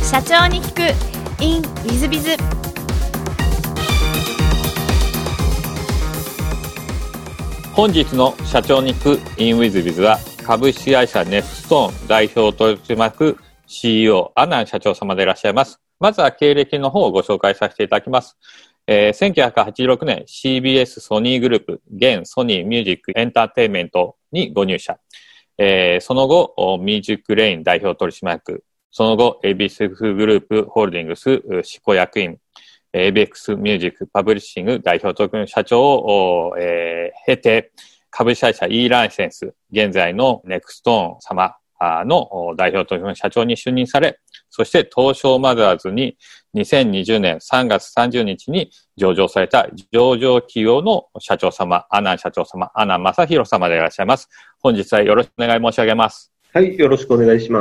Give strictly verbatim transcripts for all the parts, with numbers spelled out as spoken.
社長に聞く in ウィズビズ。 本日の社長に聞く in ウィズビズは株式会社ネストーン代表取締役 シーイーオー 阿南社長様でいらっしゃいます。まずは経歴の方をご紹介させていただきます。えー、せんきゅうひゃくはちじゅうろくねん シービーエス ソニーグループ現ソニーミュージックエンターテインメントにご入社。えー、その後ミュージックレイン代表取締役、その後 エービーエス グループホールディングス執行役員、エービーエックス ミュージックパブリッシング代表取締役社長を、えー、経て、株式会社 E ライセンス現在のネクストーン様の代表取締役社長に就任され、そして東証マザーズににせんにじゅうねんさんがつさんじゅうにちに上場された上場企業の社長様、阿南社長様、阿南正弘様でいらっしゃいます。本日はよろしくお願い申し上げます。 はい、よろしくお願いします。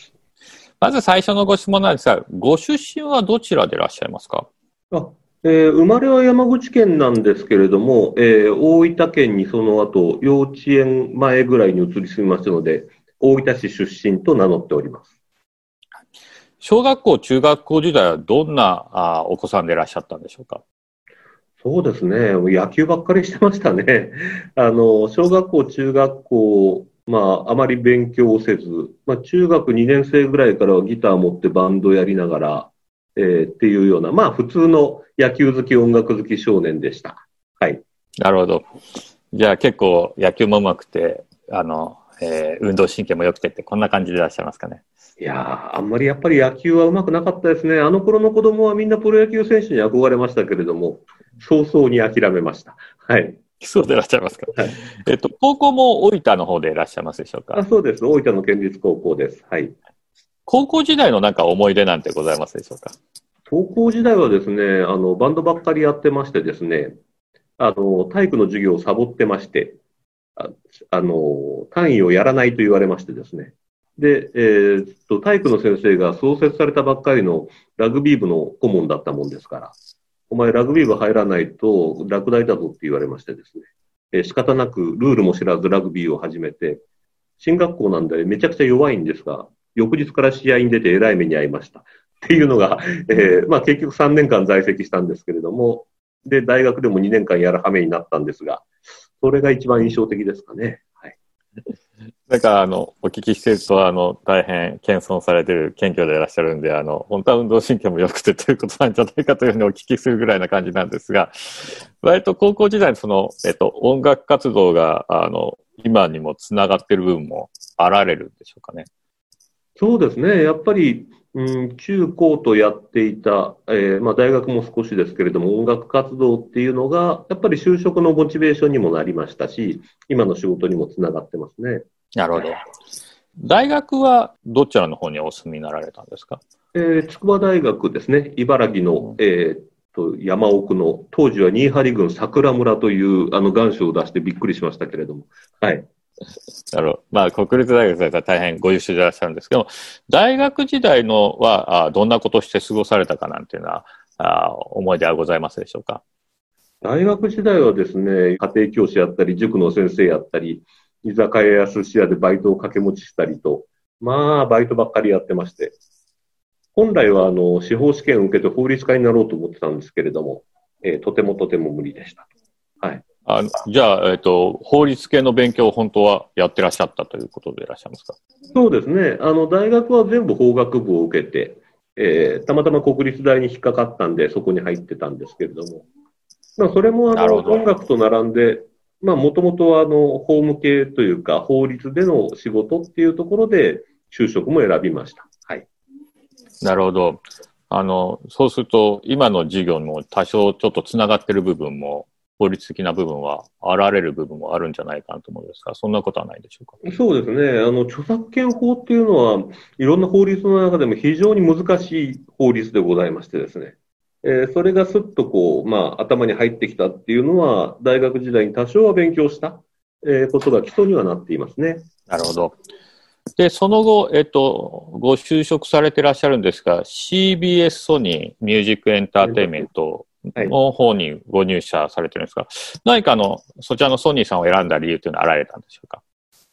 まず最初のご質問なんですが、ご出身はどちらでいらっしゃいますか？ あ、えー、生まれは山口県なんですけれども、えー、大分県にその後幼稚園前ぐらいに移り住みましたので、大分市出身と名乗っております。 小学校、中学校時代はどんなあお子さんでいらっしゃったんでしょうか？ そうですね、野球ばっかりしてましたね。あの、小学校、中学校、まあ、あまり勉強をせず、まあ、中学にねん生ぐらいからはギター持ってバンドやりながら、えー、っていうような、まあ、普通の野球好き、音楽好き少年でした。はい。 なるほど。じゃあ結構野球も上手くて、あの、えー、運動神経も良くてって、こんな感じでいらっしゃいますかね？ いやー、あんまりやっぱり野球は上手くなかったですね。あの頃の子供はみんなプロ野球選手に憧れましたけれども、早々に諦めました。はい。 そうでいらっしゃいますか？ はい。 えっと、高校も大分の方でいらっしゃいますでしょうか？ あ、そうです。大分の県立高校です。はい。 高校時代のなんか思い出なんてございますでしょうか？ 高校時代はですね、あの、バンドばっかりやってましてですね、あの、体育の授業をサボってまして、あ、あの、単位をやらないと言われましてですね。で、えーっと、体育の先生が創設されたばっかりのラグビー部の顧問だったもんですから、お前ラグビー部入らないと落第だぞって言われましてですね。えー仕方なくルールも知らずラグビーを始めて、進学校なんでめちゃくちゃ弱いんですが、翌日から試合に出てえらい目に遭いました。っていうのが、えーまあ結局さんねんかん在籍したんですけれども、で、大学でもにねんかんやる羽目になったんですが、それが一番印象的ですかね。はい。 なんかあの、お聞きしてると、あの、大変謙遜されてる謙虚でいらっしゃるんで、あの、本当は運動神経も良くてということなんじゃないかというふうにお聞きするぐらいな感じなんですが、割と高校時代にその、えっと、音楽活動が、あの、今にもつながっている部分もあられるんでしょうかね？ そうですね。やっぱり、うん、中高とやっていた、えーまあ大学も少しですけれども、音楽活動っていうのが、やっぱり就職のモチベーションにもなりましたし、今の仕事にもつながってますね。 なるほど。大学はどちらの方にお住みになられたんですか？ えー、筑波大学ですね。茨城の、えーっと、山奥の、当時は新張郡桜村という、あの、願書を出してびっくりしましたけれども。はい。 なるほど。まあ、国立大学だったら大変ご優秀でいらっしゃるんですけど、大学時代のは、あどんなことをして過ごされたかなんていうのは、あ思い出はございますでしょうか？ 大学時代はですね、家庭教師やったり、塾の先生やったり、居酒屋や寿司屋でバイトを掛け持ちしたりと、まあ、バイトばっかりやってまして、本来はあの、司法試験を受けて法律家になろうと思ってたんですけれども、えーとてもとても無理でした。はい。 あじゃあ、えっと、法律系の勉強を本当はやってらっしゃったということでいらっしゃいますか？ そうですね。あの、大学は全部法学部を受けて、えーたまたま国立大に引っかかったんで、そこに入ってたんですけれども、まあ、それもあの、音楽と並んで、まあ、もともとはあの、法務系というか、法律での仕事っていうところで、就職も選びました。はい。 なるほど。あの、そうすると、今の授業にも多少ちょっとつながってる部分も、法律的な部分は、あられる部分もあるんじゃないかなと思うんですが、そんなことはないでしょうか？ そうですね。あの、著作権法っていうのは、いろんな法律の中でも非常に難しい法律でございましてですね。えーそれがすっとこう、まあ、頭に入ってきたっていうのは、大学時代に多少は勉強した、えーことが基礎にはなっていますね。 なるほど。で、その後、えっと、ご就職されていらっしゃるんですが、シービーエス ソニーミュージックエンターテインメントの方にご入社されてるんですが、はい、何かあの、そちらのソニーさんを選んだ理由というのはあられたんでしょうか？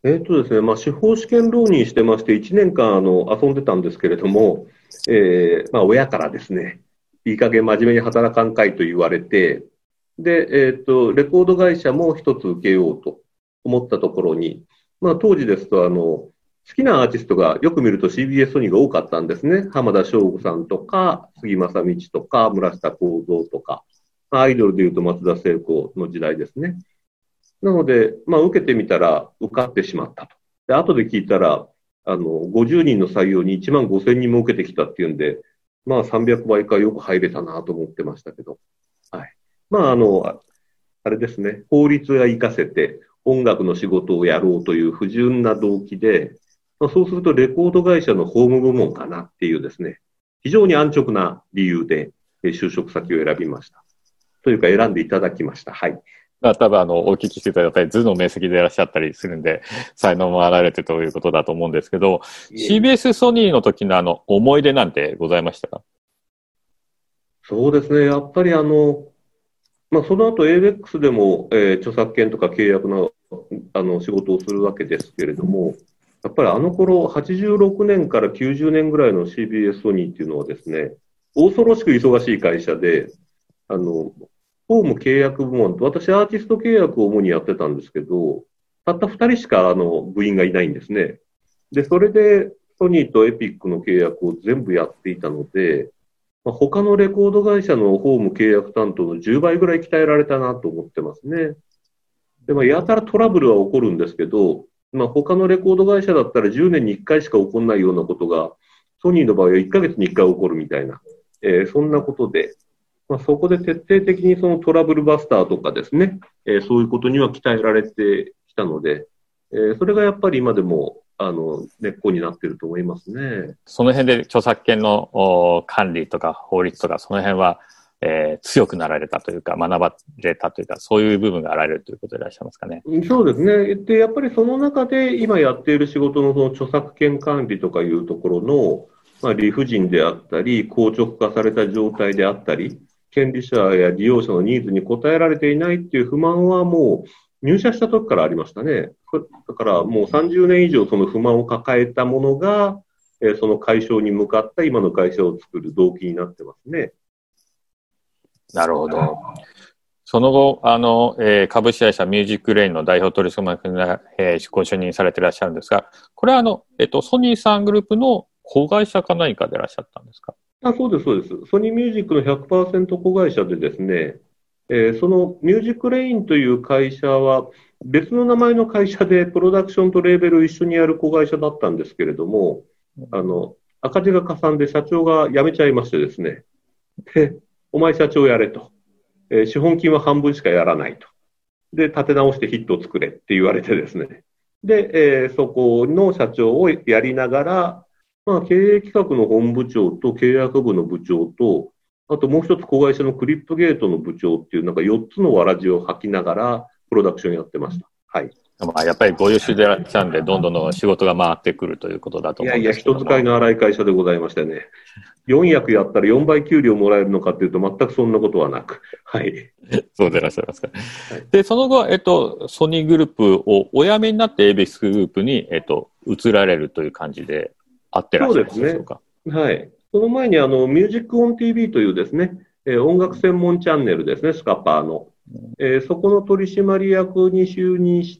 えっとですね、まあ、司法試験浪人してまして、いちねんかんあの遊んでたんですけれども、えーまあ、親からですね、いい加減真面目に働かんかいと言われて、で、えっと、レコード会社も一つ受けようと思ったところに、まあ、当時ですと、あの、好きなアーティストがよく見ると シービーエス ソニーが多かったんですね。浜田省吾さんとか、杉正道とか、村下幸三とか、アイドルでいうと松田聖子の時代ですね。なので、まあ、受けてみたら受かってしまったと。で、後で聞いたら、あの、ごじゅうにんの採用にいちまんごせんにんも受けてきたっていうんで、まあ、さんびゃくばいかよく入れたなと思ってましたけど。はい。まあ、あの、あれですね、法律が活かせて音楽の仕事をやろうという不純な動機で、まあ、そうするとレコード会社の法務部門かなっていうですね、非常に安直な理由でえ就職先を選びました。というか選んでいただきました。はい。 まあ、多分あの、お聞きしていただいたり、頭脳明晰でいらっしゃったりするんで、才能もあられてということだと思うんですけど、シービーエス ソニーの時のあの、思い出なんてございましたか？ そうですね。やっぱりあの、まあ、その後 エーベックス でも、えー著作権とか契約の、あの仕事をするわけですけれども、やっぱりあの頃、はちじゅうろくねんからきゅうじゅうねんぐらいの シービーエス ソニーっていうのはですね、恐ろしく忙しい会社で、あの、法務契約部門と、私アーティスト契約を主にやってたんですけど、たったふたりしかあの部員がいないんですね。で、それでソニーとエピックの契約を全部やっていたので、まあ、他のレコード会社の法務契約担当のじゅうばいぐらい鍛えられたなと思ってますね。で、まあ、やたらトラブルは起こるんですけど、まあ、他のレコード会社だったらじゅうねんにいっかいしか起こらないようなことが、ソニーの場合はいっかげつにいっかい起こるみたいな、えーそんなことで、まあ、そこで徹底的にそのトラブルバスターとかですね、えーそういうことには鍛えられてきたので、えーそれがやっぱり今でも、あの、根っこになっていると思いますね。 その辺で著作権のお管理とか法律とか、その辺は、えー強くなられたというか、学ばれたというか、そういう部分があられるということでいらっしゃいますかね。 そうですね。で、やっぱりその中で今やっている仕事のその著作権管理とかいうところの、まあ、理不尽であったり、硬直化された状態であったり、権利者や利用者のニーズに応えられていないっていう不満はもう入社した時からありましたね。だからもうさんじゅうねん以上その不満を抱えたものが、えーその解消に向かった今の会社を作る動機になってますね。 なるほど。その後、あの、えー株式会社ミュージックレインの代表取締役に、えーご就任されていらっしゃるんですが、これはあの、えっと、ソニーさんグループの子会社か何かでいらっしゃったんですか？ あ、そうです、そうです。ソニーミュージックの ひゃくパーセント 子会社でですね、えーそのミュージックレインという会社は別の名前の会社でプロダクションとレーベルを一緒にやる子会社だったんですけれども、あの、赤字がかさんで社長が辞めちゃいましてですね、で、お前社長やれと。えー資本金は半分しかやらないと。で、立て直してヒットを作れって言われてですね。で、えーそこの社長をやりながら、まあ、経営企画の本部長と契約部の部長と、あともう一つ子会社のクリップゲートの部長っていう、なんかよっつのわらじを吐きながら、プロダクションやってました。はい。 まあ、やっぱりご優秀でいらっしゃるんで、どんどんどんどん仕事が回ってくるということだといやいや、 思うんですけども。 人使いの荒い会社でございましてね。よん役やったらよんばい給料もらえるのかっていうと、全くそんなことはなく。はい。 そうでいらっしゃいますか。 はいで、その後、えっと、ソニーグループをお辞めになってエイベックスグループに、えっと、移られるという感じであってらっしゃるんでしょうか。 はい。その前に、あの、ミュージックオン ティーブイ というですね、えー音楽専門チャンネルですね、スカパーの。えーそこの取締役に就任して、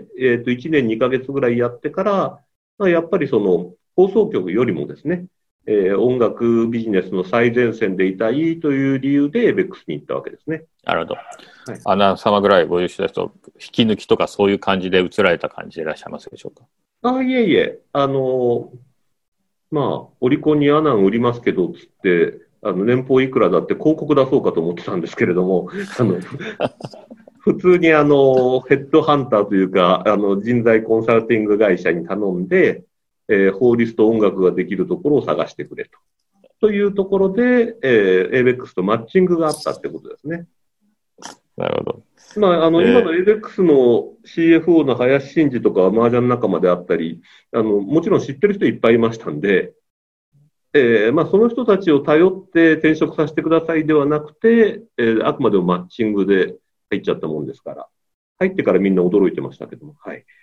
えっと、いちねんにかげつぐらいやってから、まあ、やっぱりその、放送局よりもですね、えー音楽ビジネスの最前線でいたいという理由でエイベックスに行ったわけですね。 なるほど。 はいアナウンサー様ぐらいご優秀ですと、引き抜きとかそういう感じで移られた感じでいらっしゃいますでしょうか。 あ、いえいえ、あのーまあ、オリコンにアナン売りますけど、つって、あの、年俸いくらだって広告出そうかと思ってたんですけれども、あの、普通にあの、ヘッドハンターというか、あの、人材コンサルティング会社に頼んで、えー法律と音楽ができるところを探してくれと。というところで、えー、エイベックスとマッチングがあったってことですね。 なるほど。 まあ、あの、 えー今の エイベックス の シーエフオー の林真二とかは麻雀仲間であったり、あの、もちろん知ってる人いっぱいいましたんで、えーまあ、その人たちを頼って転職させてくださいではなくて、えーあくまでもマッチングで入っちゃったもんですから、入ってからみんな驚いてましたけども、はい。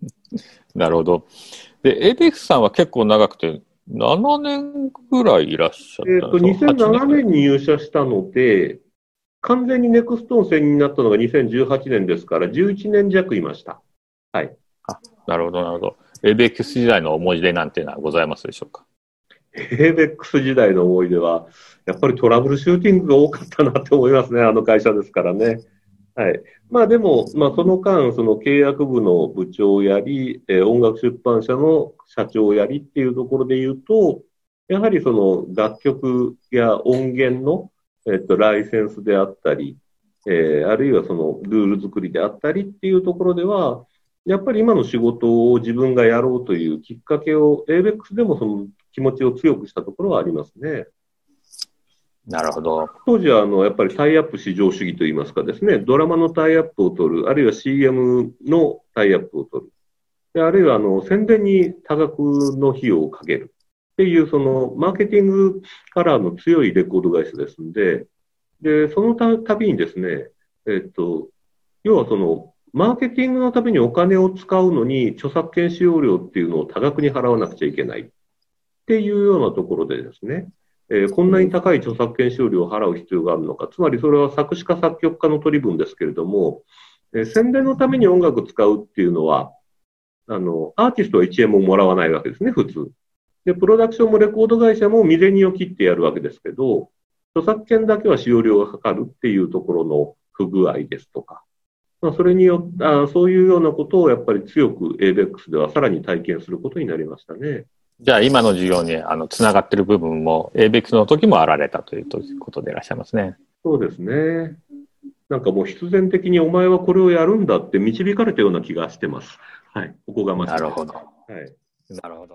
なるほど。で、エイベックス さんは結構長くて、ななねんぐらいいらっしゃったえっと、にせんななねんに入社したので、完全にネクストーン専任になったのがにせんじゅうはちねんですから、じゅういちねん弱いました。はい。 あ、なるほど、なるほど。エイベックス 時代の思い出なんていうのはございますでしょうか？ エイベックス 時代の思い出は、やっぱりトラブルシューティングが多かったなって思いますね、あの会社ですからね。はい。まあでも、まあその間、その契約部の部長をやり、えー、音楽出版社の社長をやりっていうところで言うと、やはりその楽曲や音源の、えっと、ライセンスであったり、えー、あるいはそのルール作りであったりっていうところでは、やっぱり今の仕事を自分がやろうというきっかけを、エイベックス でもその気持ちを強くしたところはありますね。 なるほど。 当時はあのやっぱりタイアップ至上主義といいますかですね、ドラマのタイアップを取る、あるいは シーエム のタイアップを取る、であるいはあの宣伝に多額の費用をかけるっていう、そのマーケティングカラーの強いレコード会社ですので、でそのたたびにですね、えっと、要はそのマーケティングのためにお金を使うのに、著作権使用料っていうのを多額に払わなくちゃいけないっていうようなところでですね、えー、こんなに高い著作権使用料を払う必要があるのか、つまりそれは作詞家作曲家の取り分ですけれども、えー、宣伝のために音楽使うっていうのは、あの、アーティストはいちえんももらわないわけですね、普通。で、プロダクションもレコード会社も身銭を切ってやるわけですけど、著作権だけは使用料がかかるっていうところの不具合ですとか、まあ、それによって、あ、そういうようなことをやっぱり強く エイベックス ではさらに体験することになりましたね。 じゃあ今の授業にあのつながっている部分も エイベックス の時もあられたということでいらっしゃいますね。 そうですね。なんかもう必然的にお前はこれをやるんだって導かれたような気がしてます。はい。ここが間違いです。 なるほど。 はい。 なるほど。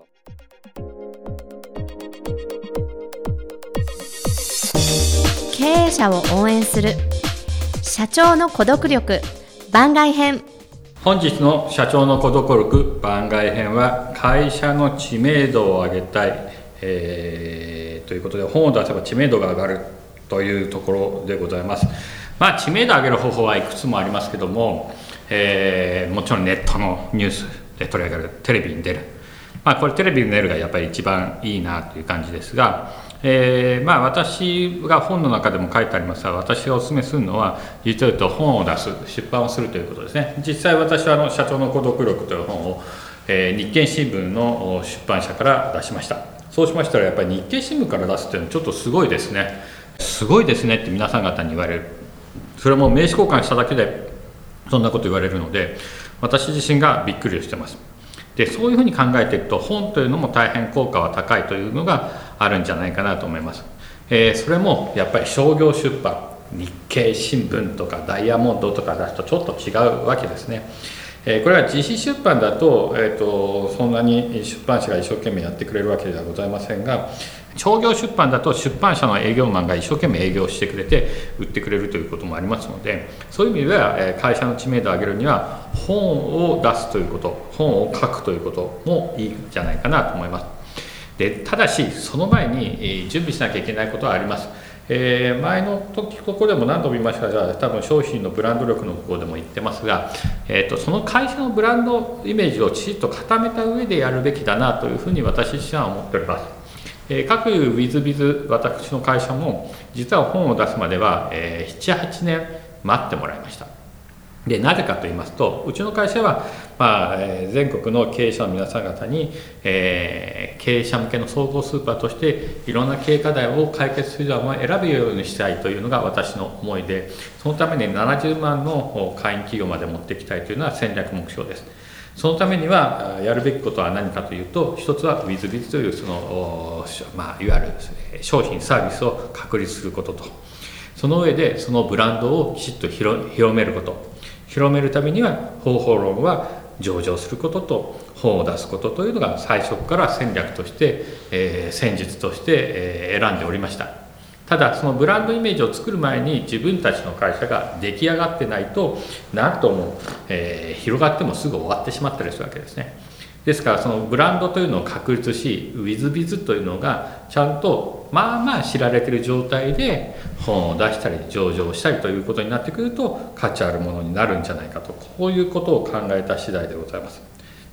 経営者を応援する社長の孤独力番外編。 本日の社長の孤独力番外編は、会社の知名度を上げたい、えー、ということで、本を出せば知名度が上がるというところでございます。まあ知名度を上げる方法はいくつもありますけども、えー、もちろんネットのニュースで取り上げる、テレビに出る、まあこれテレビに出るがやっぱり一番いいなという感じですが、えー、まあ私が本の中でも書いてありますが、私がお勧めするのは、実を言うと本を出す、出版をするということですね。実際私はあの社長の孤独力という本を、えー、日経新聞の出版社から出しました。そうしましたらやっぱり日経新聞から出すっていうのはちょっとすごいですね。すごいですねって皆さん方に言われる。それも名刺交換しただけでそんなこと言われるので、私自身がびっくりしてます。でそういうふうに考えていくと、本というのも大変効果は高いというのがあるんじゃないかなと思います。えー、それもやっぱり商業出版、日経新聞とかダイヤモンドとか出すとちょっと違うわけですね。えー、これは自費出版だと、えーと、そんなに出版社が一生懸命やってくれるわけではございませんが、商業出版だと出版社の営業マンが一生懸命営業してくれて売ってくれるということもありますので、そういう意味では会社の知名度を上げるには本を出すということ、本を書くということもいいんじゃないかなと思います。でただしその前に準備しなきゃいけないことはあります。えー、前の時ところでも何度も言いましたが、多分商品のブランド力のところでも言ってますが、えーと、その会社のブランドイメージをきちっと固めた上でやるべきだなというふうに私自身は思っております。えー、各 WithBiz 私の会社も実は本を出すまでは、えー、ななはちねん待ってもらいました。でなぜかと言いますと、うちの会社は、まあえー、全国の経営者の皆さん方に、えー、経営者向けの総合スーパーとしていろんな経営課題を解決する案を選ぶようにしたいというのが私の思いで、そのためにななじゅうまんの会員企業まで持っていきたいというのは戦略目標です。そのためにはやるべきことは何かというと、一つは WithBiz というその、まあ、いわゆる商品サービスを確立することと、その上でそのブランドをきちっと 広, 広めること、広めるためには方法論は上場することと本を出すことというのが最初から戦略として、えー、戦術として、えー、選んでおりました。ただそのブランドイメージを作る前に自分たちの会社が出来上がってないと、何とも、えー、広がってもすぐ終わってしまったりするわけですね。ですからそのブランドというのを確立し、WithBiz というのがちゃんとまあまあ知られている状態で本を出したり上場したりということになってくると価値あるものになるんじゃないかと、こういうことを考えた次第でございます。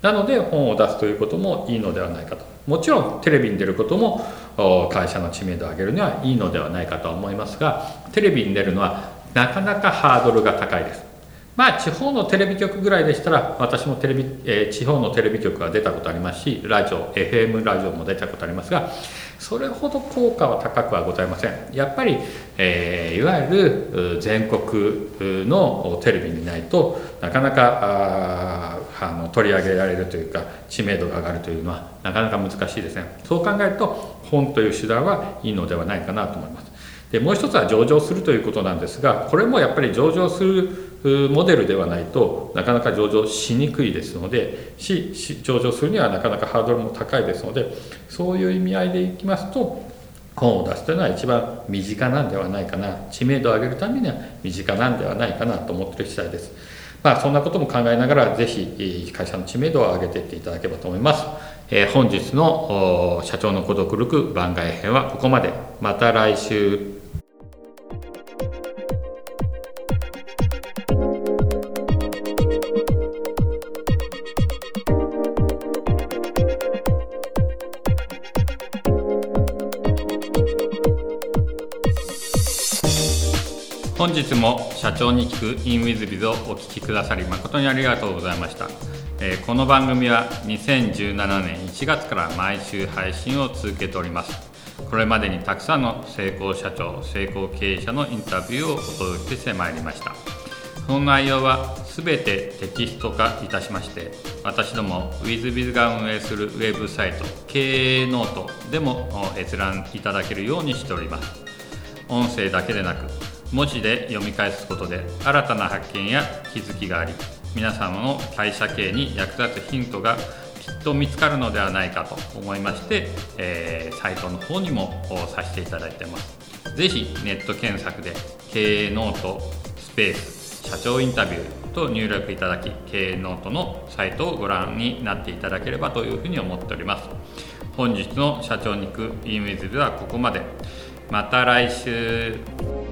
なので本を出すということもいいのではないかと。もちろんテレビに出ることも会社の知名度を上げるにはいいのではないかと思いますが、テレビに出るのはなかなかハードルが高いです。まあ地方のテレビ局ぐらいでしたら、私もテレビ、えー、地方のテレビ局は出たことありますし、ラジオ エフエム ラジオも出たことありますが、それほど効果は高くはございません。やっぱり、えー、いわゆる全国のテレビにないとなかなかああの取り上げられるというか、知名度が上がるというのはなかなか難しいですね。そう考えると本という手段はいいのではないかなと思います。でもう一つは上場するということなんですが、これもやっぱり上場するモデルではないとなかなか上場しにくいですので、し上場するにはなかなかハードルも高いですので、そういう意味合いでいきますと本を出すというのは一番身近なんではないかな、知名度を上げるためには身近なんではないかなと思っている次第です。まあそんなことも考えながら、ぜひ会社の知名度を上げていっていただければと思います。えー、本日の社長の孤独力番外編はここまで。また来週。本日も社長に聞く InWithBiz をお聞きくださり誠にありがとうございました。えー、この番組はにせんじゅうななねんいちがつから毎週配信を続けております。これまでにたくさんの成功社長、成功経営者のインタビューをお届けしてまいりました。その内容はすべてテキスト化いたしまして、私ども WithBiz が運営するウェブサイト経営ノートでも閲覧いただけるようにしております。音声だけでなく文字で読み返すことで新たな発見や気づきがあり、皆様の会社経営に役立つヒントがきっと見つかるのではないかと思いまして、えー、サイトの方にもさせていただいています。ぜひネット検索で経営ノートスペース社長インタビューと入力いただき、経営ノートのサイトをご覧になっていただければというふうに思っております。本日の社長に行く InWithBiz はここまで。また来週。